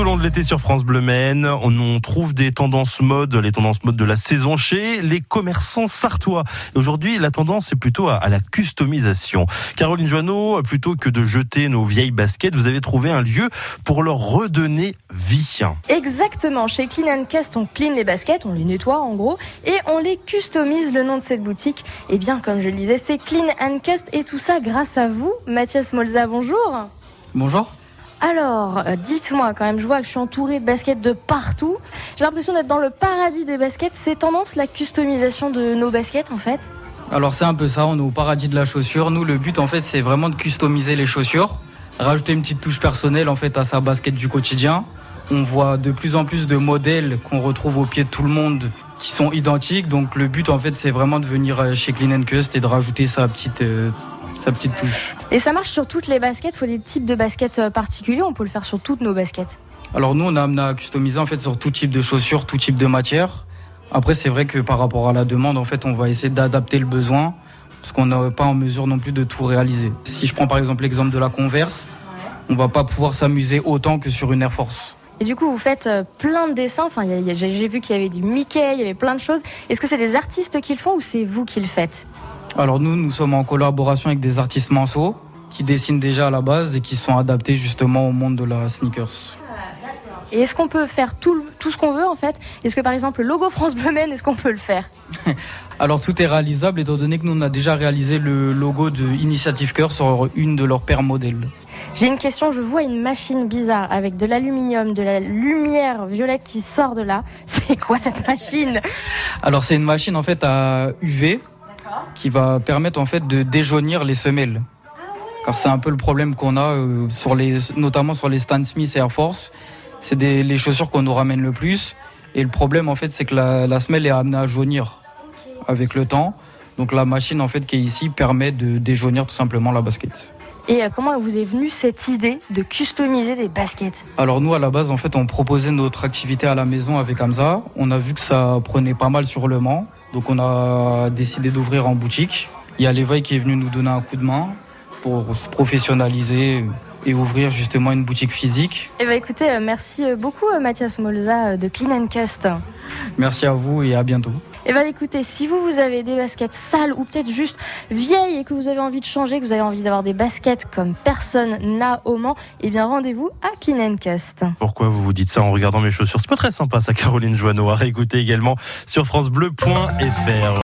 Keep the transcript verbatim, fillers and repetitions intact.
au long de l'été sur France Bleu Maine, on, on trouve des tendances mode, les tendances mode de la saison chez les commerçants sartois. Et aujourd'hui, la tendance est plutôt à, à la customisation. Caroline Joanneau, plutôt que de jeter nos vieilles baskets, vous avez trouvé un lieu pour leur redonner vie. Exactement. Chez Clean and Cust, on clean les baskets, on les nettoie en gros, et on les customise. Le nom de cette boutique, eh bien, comme je le disais, c'est Clean and Cust, et tout ça grâce à vous, Mathias Molza. Bonjour. Bonjour. Alors, euh, dites-moi quand même, je vois que je suis entourée de baskets de partout. J'ai l'impression d'être dans le paradis des baskets. C'est tendance la customisation de nos baskets en fait? Alors c'est un peu ça, on est au paradis de la chaussure. Nous, le but en fait, c'est vraiment de customiser les chaussures, rajouter une petite touche personnelle en fait à sa basket du quotidien. On voit de plus en plus de modèles qu'on retrouve au pied de tout le monde qui sont identiques. Donc le but en fait, c'est vraiment de venir chez Clean and Cust et de rajouter sa petite... Euh, sa petite touche. Et ça marche sur toutes les baskets? Il faut des types de baskets particuliers? On peut le faire sur toutes nos baskets? Alors nous, on a amené à customiser en fait sur tout type de chaussures, tout type de matière. Après, c'est vrai que par rapport à la demande, en fait, on va essayer d'adapter le besoin parce qu'on n'est pas en mesure non plus de tout réaliser. Si je prends par exemple l'exemple de la Converse, on va pas pouvoir s'amuser autant que sur une Air Force. Et du coup, vous faites plein de dessins. Enfin, y a, y a, j'ai vu qu'il y avait du Mickey, il y avait plein de choses. Est-ce que c'est des artistes qui le font ou c'est vous qui le faites? Alors nous, nous sommes en collaboration avec des artistes manceaux qui dessinent déjà à la base et qui sont adaptés justement au monde de la sneakers. Et est-ce qu'on peut faire tout, tout ce qu'on veut en fait? Est-ce que par exemple le logo France Bleu Maine, est-ce qu'on peut le faire? Alors tout est réalisable étant donné que nous on a déjà réalisé le logo de Initiative Cœur sur une de leurs paires modèles. J'ai une question, je vois une machine bizarre avec de l'aluminium, de la lumière violette qui sort de là. C'est quoi cette machine? Alors c'est une machine en fait à U V qui va permettre en fait de déjaunir les semelles. Car c'est un peu le problème qu'on a euh, sur les, notamment sur les Stan Smith et Air Force. C'est des, les chaussures qu'on nous ramène le plus. Et le problème en fait, c'est que la, la semelle est amenée à jaunir avec le temps. Donc la machine en fait qui est ici permet de déjaunir tout simplement la basket. Et euh, comment vous est venue cette idée de customiser des baskets? Alors nous à la base en fait on proposait notre activité à la maison avec Hamza. On a vu que ça prenait pas mal sur le Mans. Donc on a décidé d'ouvrir en boutique. Il y a l'Éveil qui est venu nous donner un coup de main pour se professionnaliser et ouvrir justement une boutique physique. Eh bien écoutez, merci beaucoup Mathias Molza de Clean and Cust. Merci à vous et à bientôt. Eh bien écoutez, si vous, vous avez des baskets sales ou peut-être juste vieilles et que vous avez envie de changer, que vous avez envie d'avoir des baskets comme personne n'a au Mans, eh bien rendez-vous à Clean and Cust. Pourquoi vous vous dites ça en regardant mes chaussures? C'est pas très sympa ça, Caroline Joanneau. À réécouter également sur francebleu point fr.